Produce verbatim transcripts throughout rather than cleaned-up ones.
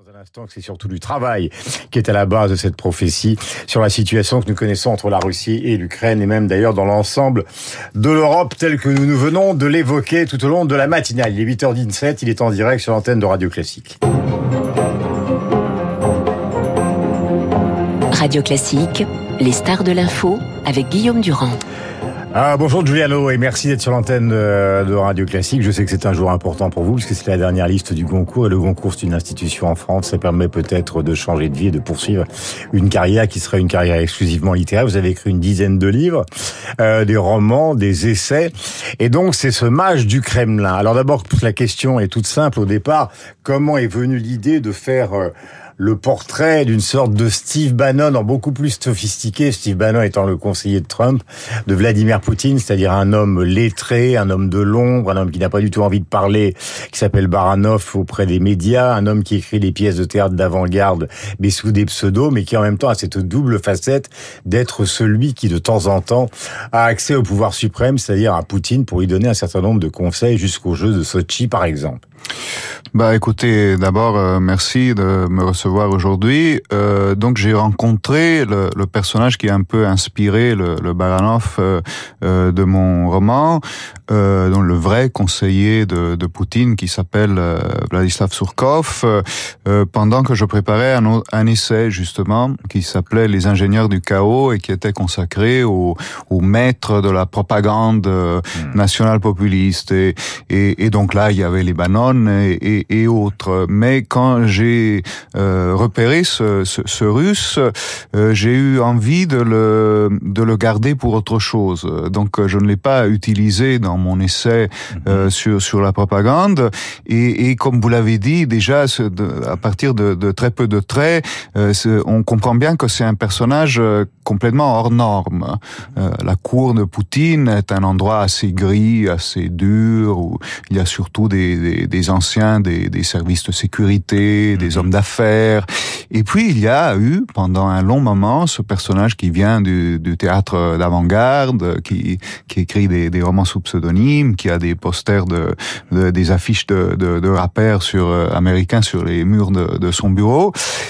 Dans un instant, c'est surtout du travail qui est à la base de cette prophétie sur la situation que nous connaissons entre la Russie et l'Ukraine et même d'ailleurs dans l'ensemble de l'Europe telle que nous nous venons de l'évoquer tout au long de la matinale. Il est huit heures dix-sept, il est en direct sur l'antenne de Radio Classique. Radio Classique, les stars de l'info avec Guillaume Durand. Ah, bonjour Giuliano et merci d'être sur l'antenne de Radio Classique. Je sais que c'est un jour important pour vous puisque c'est la dernière liste du Goncourt et le Goncourt c'est une institution en France. Ça permet peut-être de changer de vie et de poursuivre une carrière qui serait une carrière exclusivement littéraire. Vous avez écrit une dizaine de livres, euh, des romans, des essais et donc c'est ce mage du Kremlin. Alors d'abord la question est toute simple au départ. Comment est venue l'idée de faire euh, le portrait d'une sorte de Steve Bannon en beaucoup plus sophistiqué, Steve Bannon étant le conseiller de Trump, de Vladimir Poutine, c'est-à-dire un homme lettré, un homme de l'ombre, un homme qui n'a pas du tout envie de parler, qui s'appelle Baranov auprès des médias, un homme qui écrit des pièces de théâtre d'avant-garde, mais sous des pseudos, mais qui en même temps a cette double facette d'être celui qui de temps en temps a accès au pouvoir suprême, c'est-à-dire à Poutine pour lui donner un certain nombre de conseils jusqu'aux Jeux de Sochi par exemple. Bah écoutez, d'abord euh, merci de me recevoir aujourd'hui. Euh, donc j'ai rencontré le, le personnage qui a un peu inspiré le, le Baranov euh, euh, de mon roman, euh, donc le vrai conseiller de, de Poutine qui s'appelle euh, Vladislav Surkov, euh, euh, pendant que je préparais un, un essai justement qui s'appelait Les ingénieurs du chaos et qui était consacré au, au maître de la propagande euh, mmh. nationale populiste et, et, et donc là il y avait les Bannon et, et, et autres. Mais quand j'ai euh, repéré ce, ce, ce Russe, euh, j'ai eu envie de le, de le garder pour autre chose. Donc je ne l'ai pas utilisé dans mon essai euh, sur, sur la propagande. Et, et comme vous l'avez dit, déjà à partir de, de très peu de traits, euh, on comprend bien que c'est un personnage complètement hors norme. Euh, la cour de Poutine est un endroit assez gris, assez dur, où il y a surtout des, des, des anciens des, des services de sécurité, des hommes d'affaires. Et puis, il y a eu, pendant un long moment, ce personnage qui vient du, du théâtre d'avant-garde, qui, qui écrit des, des romans sous pseudonyme, qui a des posters de, de des affiches de, de, de rappeurs sur, euh, américains sur les murs de, de son bureau.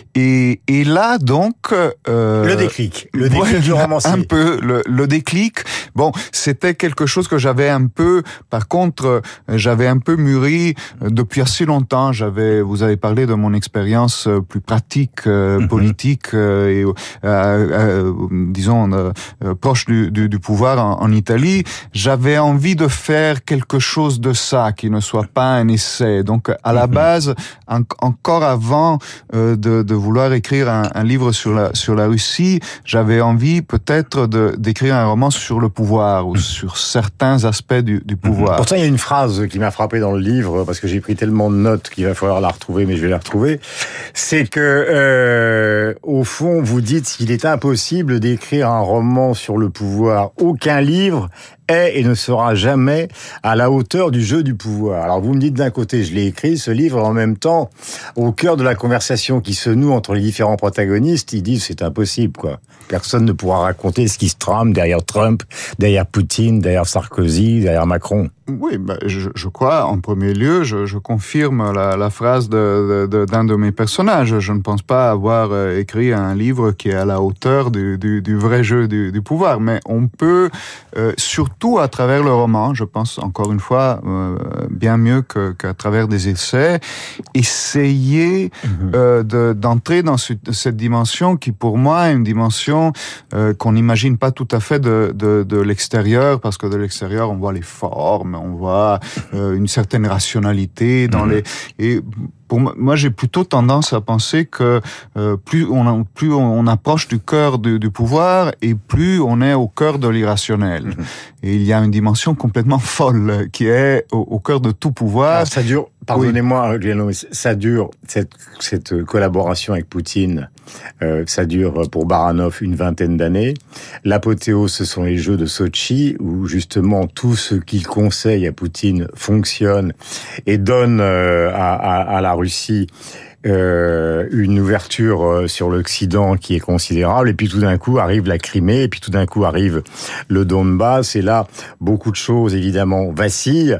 Et, et là, donc... Euh, le déclic. Le déclic ouais, du romancier. Un peu, le, le déclic. Bon, c'était quelque chose que j'avais un peu... Par contre, j'avais un peu mûri depuis assez longtemps. J'avais, vous avez parlé de mon expérience plus pratique, euh, mm-hmm. politique, euh, et, euh, euh, disons, euh, euh, proche du, du, du pouvoir en, en Italie. J'avais envie de faire quelque chose de ça, qui ne soit pas un essai. Donc, à la mm-hmm. base, en, encore avant euh, de, de vouloir écrire un, un livre sur la, sur la Russie, j'avais envie peut-être de, d'écrire un roman sur le pouvoir ou sur certains aspects du, du pouvoir. Pourtant, il y a une phrase qui m'a frappé dans le livre, parce que j'ai pris tellement de notes qu'il va falloir la retrouver, mais je vais la retrouver. C'est que, euh, au fond, vous dites qu'il est impossible d'écrire un roman sur le pouvoir. Aucun livre est et ne sera jamais à la hauteur du jeu du pouvoir. Alors vous me dites d'un côté, je l'ai écrit, ce livre, en même temps, au cœur de la conversation qui se noue entre les différents protagonistes, ils disent c'est impossible, quoi. Personne ne pourra raconter ce qui se trame derrière Trump, derrière Poutine, derrière Sarkozy, derrière Macron. Oui, bah, je, je crois, en premier lieu, je, je confirme la, la phrase de, de, d'un de mes personnages. Je ne pense pas avoir écrit un livre qui est à la hauteur du, du, du vrai jeu du, du pouvoir, mais on peut, euh, surtout à travers le roman, je pense encore une fois, euh, bien mieux que, qu'à travers des essais, essayer mmh. euh, de, d'entrer dans ce, cette dimension qui, pour moi, est une dimension euh, qu'on n'imagine pas tout à fait de, de, de l'extérieur, parce que de l'extérieur, on voit les formes, on voit euh, une certaine rationalité dans mmh. les... Et pour moi, j'ai plutôt tendance à penser que euh, plus on plus on approche du cœur du, du pouvoir et plus on est au cœur de l'irrationnel. Mmh. Et il y a une dimension complètement folle qui est au, au cœur de tout pouvoir. Alors ça dure, pardonnez-moi, Guillaume, oui. ça dure, cette, cette collaboration avec Poutine, euh, ça dure pour Baranov une vingtaine d'années. L'apothéose, ce sont les Jeux de Sochi, où justement tout ce qu'il conseille à Poutine fonctionne et donne euh, à, à, à la Russie euh, une ouverture euh, sur l'Occident qui est considérable, et puis tout d'un coup arrive la Crimée, et puis tout d'un coup arrive le Donbass, et là, beaucoup de choses, évidemment, vacillent.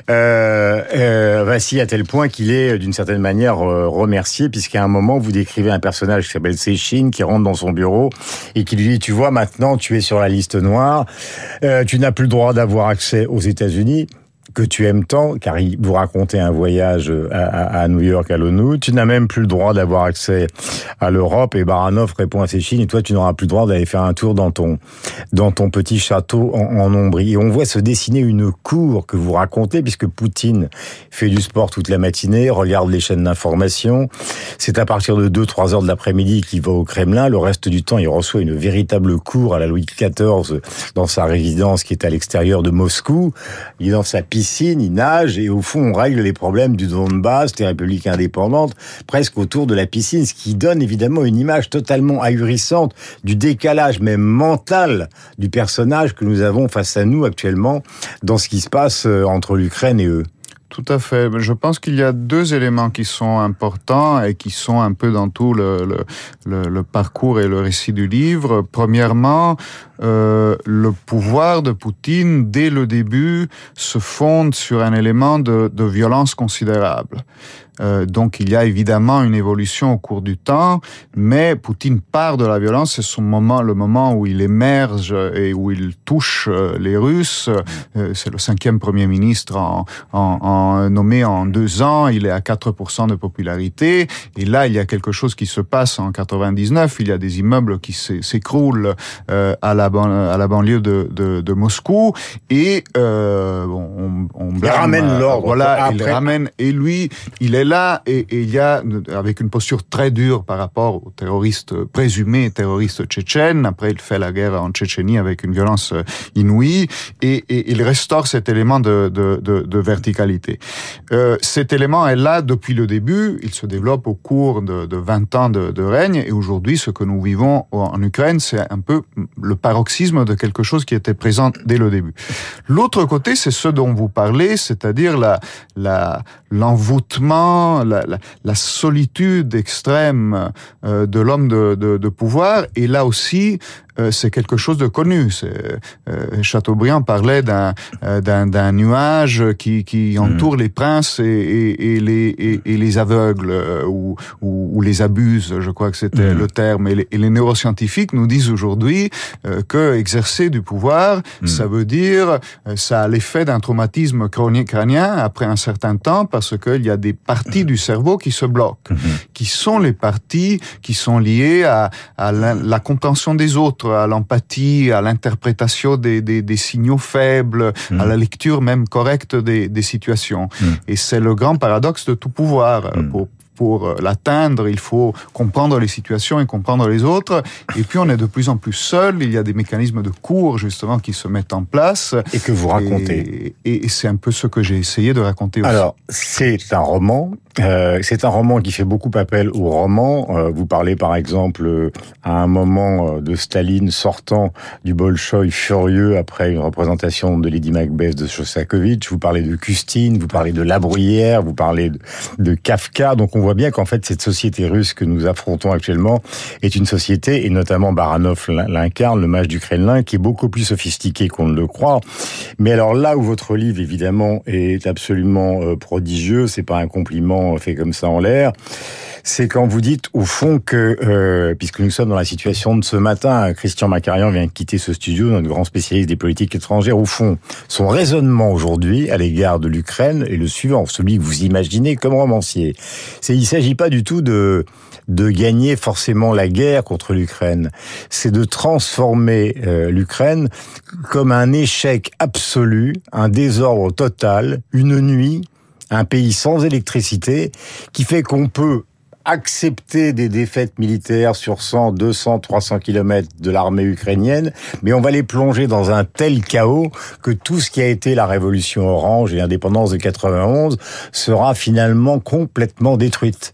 Euh, euh, vacille à tel point qu'il est, d'une certaine manière, euh, remercié, puisqu'à un moment, vous décrivez un personnage qui s'appelle Séchine, qui rentre dans son bureau, et qui lui dit, tu vois, maintenant, tu es sur la liste noire, euh, tu n'as plus le droit d'avoir accès aux États-Unis, que tu aimes tant, car il vous racontait un voyage à, à, à New York, à l'ONU. Tu n'as même plus le droit d'avoir accès à l'Europe. Et Baranov répond à Séchine, et toi, tu n'auras plus le droit d'aller faire un tour dans ton, dans ton petit château en, en Ombrie. Et on voit se dessiner une cour que vous racontez, puisque Poutine fait du sport toute la matinée, regarde les chaînes d'information. C'est à partir de deux trois heures de l'après-midi qu'il va au Kremlin. Le reste du temps, il reçoit une véritable cour à la Louis quatorze dans sa résidence qui est à l'extérieur de Moscou. Il est dans sa piscine, il nage, et au fond, on règle les problèmes du Donbass, des républiques indépendantes, presque autour de la piscine, ce qui donne évidemment une image totalement ahurissante du décalage même mental du personnage que nous avons face à nous actuellement dans ce qui se passe entre l'Ukraine et eux. Tout à fait. Je pense qu'il y a deux éléments qui sont importants et qui sont un peu dans tout le, le, le, le parcours et le récit du livre. Premièrement, euh, le pouvoir de Poutine, dès le début, se fonde sur un élément de, de violence considérable. Euh, donc il y a évidemment une évolution au cours du temps, mais Poutine part de la violence, c'est son moment, le moment où il émerge et où il touche les Russes. Euh, c'est le cinquième premier ministre en, en, en nommé en deux ans, il est à quatre pour cent de popularité, et là il y a quelque chose qui se passe en quatre-vingt-dix-neuf, il y a des immeubles qui s'écroulent euh, à la à la banlieue de, de, de Moscou, et euh, on, on blâme, il ramène l'ordre. Voilà, après. il ramène, et lui, il est là, et, et il y a, avec une posture très dure par rapport aux terroristes présumés, terroristes tchétchènes. Après, il fait la guerre en Tchétchénie avec une violence inouïe, et, et il restaure cet élément de, de, de, de verticalité. Euh, cet élément est là depuis le début, il se développe au cours de, de vingt ans de, de règne, et aujourd'hui, ce que nous vivons en Ukraine, c'est un peu le paroxysme de quelque chose qui était présent dès le début. L'autre côté, c'est ce dont vous parlez, c'est-à-dire la, la, l'envoûtement, la, la, la solitude extrême euh, de l'homme de, de, de pouvoir, et là aussi, euh, c'est quelque chose de connu. C'est, euh, Chateaubriand parlait d'un, euh, d'un, d'un nuage qui, qui entoure mmh. les princes et, et, et, les, et, et les aveugles, euh, ou, ou, ou les abuse, je crois que c'était mmh. le terme. Et les, et les neuroscientifiques nous disent aujourd'hui euh, que exercer du pouvoir, mmh. ça veut dire, euh, ça a l'effet d'un traumatisme crânien après un certain temps, parce qu'il y a des parties du cerveau qui se bloquent, mmh. qui sont les parties qui sont liées à, à la, la compréhension des autres, à l'empathie, à l'interprétation des, des, des signaux faibles, mmh. à la lecture même correcte des, des situations. Mmh. Et c'est le grand paradoxe de tout pouvoir. Mmh. Pour, pour l'atteindre, il faut comprendre les situations et comprendre les autres. Et puis, on est de plus en plus seul. Il y a des mécanismes de cours, justement, qui se mettent en place. Et que vous racontez. Et, et c'est un peu ce que j'ai essayé de raconter aussi. Alors, c'est un roman. Euh, c'est un roman qui fait beaucoup appel au roman. Euh, vous parlez, par exemple, euh, à un moment de Staline sortant du Bolchoï furieux après une représentation de Lady Macbeth de Shostakovich. Vous parlez de Custine, vous parlez de La Bruyère, vous parlez de, de Kafka. Donc, on voit bien qu'en fait, cette société russe que nous affrontons actuellement est une société, et notamment Baranov l'incarne, le mage du Kremlin, qui est beaucoup plus sophistiqué qu'on ne le croit. Mais alors là où votre livre, évidemment, est absolument euh, prodigieux, c'est pas un compliment fait comme ça en l'air, c'est quand vous dites, au fond, que, euh, puisque nous sommes dans la situation de ce matin, Christian Macarian vient de quitter ce studio, notre grand spécialiste des politiques étrangères, au fond, son raisonnement aujourd'hui à l'égard de l'Ukraine est le suivant, celui que vous imaginez comme romancier. C'est, il ne s'agit pas du tout de, de gagner forcément la guerre contre l'Ukraine, c'est de transformer euh, l'Ukraine comme un échec absolu, un désordre total, une nuit, un pays sans électricité, qui fait qu'on peut accepter des défaites militaires sur cent, deux cents, trois cents kilomètres de l'armée ukrainienne, mais on va les plonger dans un tel chaos que tout ce qui a été la révolution orange et l'indépendance de quatre-vingt-onze sera finalement complètement détruite.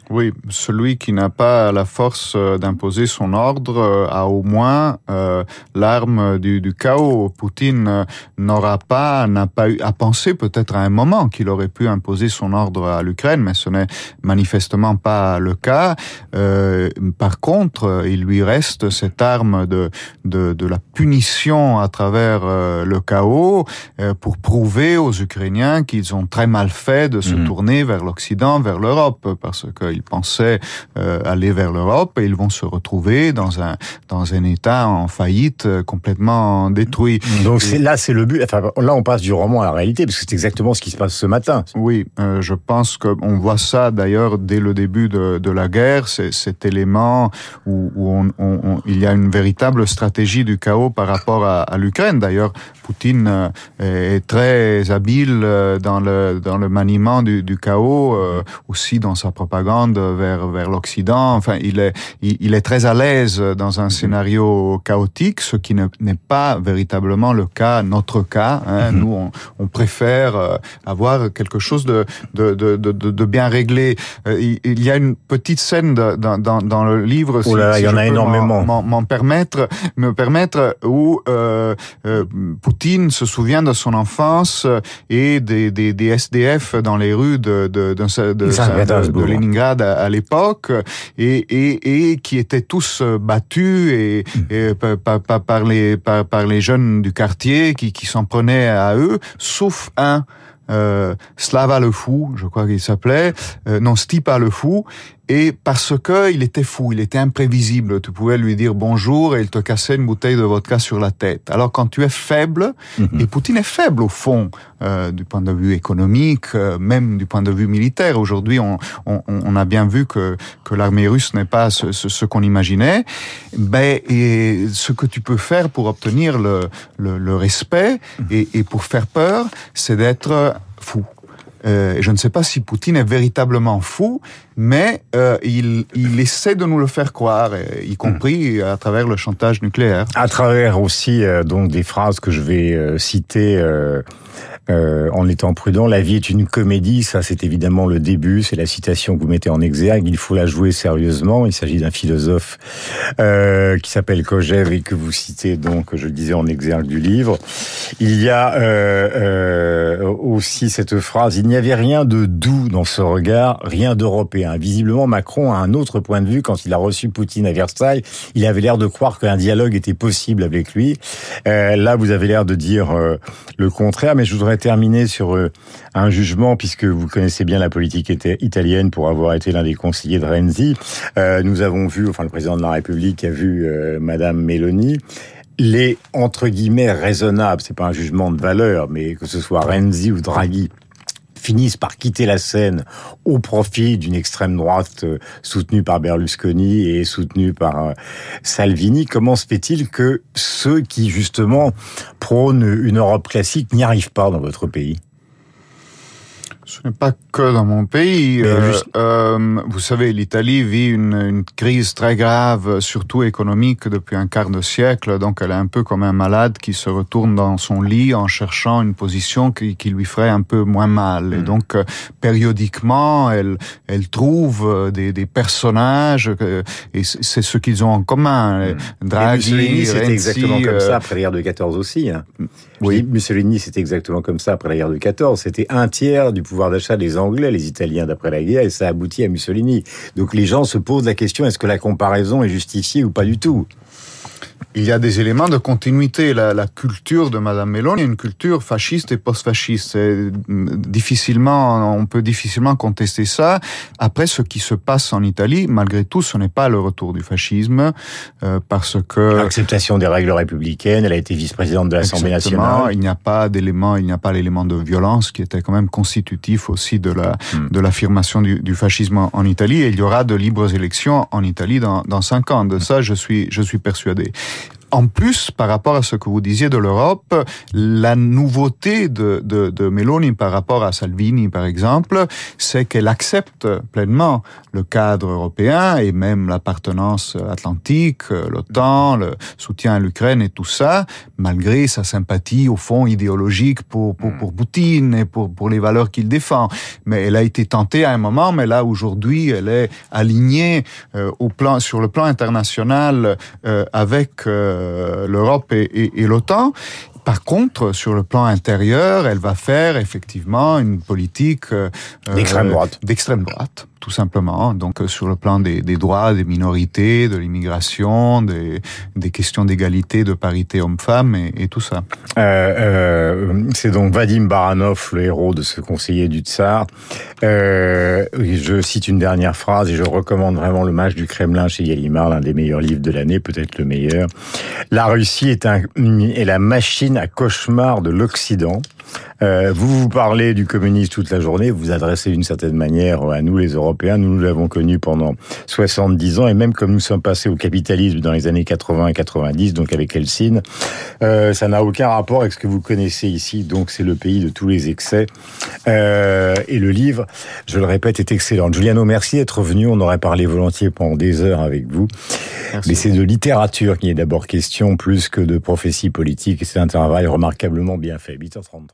Oui, celui qui n'a pas la force d'imposer son ordre a au moins euh, l'arme du, du chaos. Poutine n'aura pas, n'a pas eu à penser peut-être à un moment qu'il aurait pu imposer son ordre à l'Ukraine, mais ce n'est manifestement pas le cas. Euh, par contre, il lui reste cette arme de de, de la punition à travers euh, le chaos euh, pour prouver aux Ukrainiens qu'ils ont très mal fait de se mmh. tourner vers l'Occident, vers l'Europe, parce qu'ils pensaient euh, aller vers l'Europe et ils vont se retrouver dans un dans un état en faillite euh, complètement détruit. Donc c'est, là c'est le but. Enfin là on passe du roman à la réalité parce que c'est exactement ce qui se passe ce matin. Oui, euh, je pense que on voit ça d'ailleurs dès le début de de la guerre. C'est cet élément où, où on, on, on, il y a une véritable stratégie du chaos par rapport à, à l'Ukraine. D'ailleurs, Poutine euh, est très habile euh, dans le dans le maniement du, du chaos, euh, aussi dans sa propagande vers vers l'Occident. Enfin, il est il, il est très à l'aise dans un scénario chaotique, ce qui ne, n'est pas véritablement le cas, notre cas. Hein. Mm-hmm. Nous, on, on préfère euh, avoir quelque chose de de de de, de bien réglé. Euh, il, il y a une petite scène de, dans dans dans le livre. Oh là, si, il y si en a énormément. M'en, m'en permettre me permettre où euh, euh, Poutine se souvient de son enfance et des des des S D F dans les rues de de de, de, de, de, de Leningrad à, à l'époque et et et qui étaient tous battus et, et par, par par les par par les jeunes du quartier qui qui s'en prenaient à eux, sauf un. Euh, Slava le fou, je crois qu'il s'appelait, euh, non Stipa le fou, et parce que il était fou, il était imprévisible. Tu pouvais lui dire bonjour et il te cassait une bouteille de vodka sur la tête. Alors quand tu es faible, mm-hmm. et Poutine est faible au fond, euh, du point de vue économique, euh, même du point de vue militaire. Aujourd'hui, on, on, on a bien vu que que l'armée russe n'est pas ce, ce, ce qu'on imaginait. Ben et ce que tu peux faire pour obtenir le le, le respect et, et pour faire peur, c'est d'être fou. Euh, je ne sais pas si Poutine est véritablement fou, mais euh, il, il essaie de nous le faire croire, y compris à travers le chantage nucléaire. À travers aussi euh, donc des phrases que je vais euh, citer euh, euh, en étant prudent. La vie est une comédie, ça c'est évidemment le début, c'est la citation que vous mettez en exergue. Il faut la jouer sérieusement. Il s'agit d'un philosophe euh, qui s'appelle Kojève et que vous citez donc, je le disais, en exergue du livre. Il y a euh, euh, aussi cette phrase: il n'y avait rien de doux dans ce regard, rien d'européen. Visiblement, Macron a un autre point de vue. Quand il a reçu Poutine à Versailles, il avait l'air de croire qu'un dialogue était possible avec lui. Euh, là, vous avez l'air de dire euh, le contraire, mais je voudrais terminer sur euh, un jugement, puisque vous connaissez bien la politique italienne pour avoir été l'un des conseillers de Renzi. Euh, nous avons vu, enfin le président de la République a vu euh, Madame Meloni. Les, entre guillemets, raisonnables, c'est pas un jugement de valeur, mais que ce soit Renzi ou Draghi, finissent par quitter la scène au profit d'une extrême droite euh, soutenue par Berlusconi et soutenue par euh, Salvini. Comment se fait-il que ceux qui, justement, prônent une Europe classique n'y arrivent pas dans votre pays ? Ce n'est pas que dans mon pays. Euh, juste... euh, vous savez, l'Italie vit une, une crise très grave, surtout économique, depuis un quart de siècle. Donc, elle est un peu comme un malade qui se retourne dans son lit en cherchant une position qui, qui lui ferait un peu moins mal. Mmh. Et donc, euh, périodiquement, elle, elle trouve des, des personnages, euh, et c'est ce qu'ils ont en commun. Mmh. Draghi, Mussolini, c'était exactement comme ça après la guerre de quatorze aussi. Hein. Oui, dis, Mussolini, c'était exactement comme ça après la guerre de quatorze. C'était un tiers du pouvoir d'achat des Anglais, les Italiens d'après la guerre, et ça aboutit à Mussolini. Donc les gens se posent la question, est-ce que la comparaison est justifiée ou pas du tout ? Il y a des éléments de continuité. La, la culture de Madame Meloni est une culture fasciste et post-fasciste. C'est difficilement, on peut difficilement contester ça. Après, ce qui se passe en Italie, malgré tout, ce n'est pas le retour du fascisme, euh, parce que... L'acceptation des règles républicaines, elle a été vice-présidente de l'Assemblée nationale. Il n'y a pas d'élément, il n'y a pas l'élément de violence qui était quand même constitutif aussi de la, hmm. de l'affirmation du, du fascisme en, en Italie. Et il y aura de libres élections en Italie dans, dans cinq ans. De ça, je suis, je suis persuadé. en plus, par rapport à ce que vous disiez de l'Europe, la nouveauté de, de, de Meloni par rapport à Salvini, par exemple, c'est qu'elle accepte pleinement le cadre européen et même l'appartenance atlantique, l'OTAN, le soutien à l'Ukraine et tout ça, malgré sa sympathie au fond idéologique pour, pour, pour Poutine et pour, pour les valeurs qu'il défend. Mais elle a été tentée à un moment, mais là aujourd'hui elle est alignée euh, au plan, sur le plan international euh, avec euh, l'Europe et, et, et l'OTAN. Par contre, sur le plan intérieur, elle va faire effectivement une politique euh, d'extrême droite. D'extrême droite, tout simplement. Donc, sur le plan des, des droits des minorités, de l'immigration, des, des questions d'égalité, de parité homme-femme et, et tout ça. Euh, euh, c'est donc Vadim Baranov, le héros de ce conseiller du Tsar. Euh, je cite une dernière phrase et je recommande vraiment Le Mage du Kremlin chez Gallimard, l'un des meilleurs livres de l'année, peut-être le meilleur. La Russie est, un, est la machine à cauchemar de l'Occident. Euh, vous vous parlez du communisme toute la journée, vous vous adressez d'une certaine manière à nous les Européens, nous, nous l'avons connu pendant soixante-dix ans, et même comme nous sommes passés au capitalisme dans les années quatre-vingts et quatre-vingt-dix, donc avec Helsinki, euh, ça n'a aucun rapport avec ce que vous connaissez ici, donc c'est le pays de tous les excès. Euh, et le livre, je le répète, est excellent. Giuliano, merci d'être venu, on aurait parlé volontiers pendant des heures avec vous. Merci. Mais c'est de littérature qui est d'abord question, plus que de prophétie politique, et c'est un travail remarquablement bien fait. huit heures trente-trois.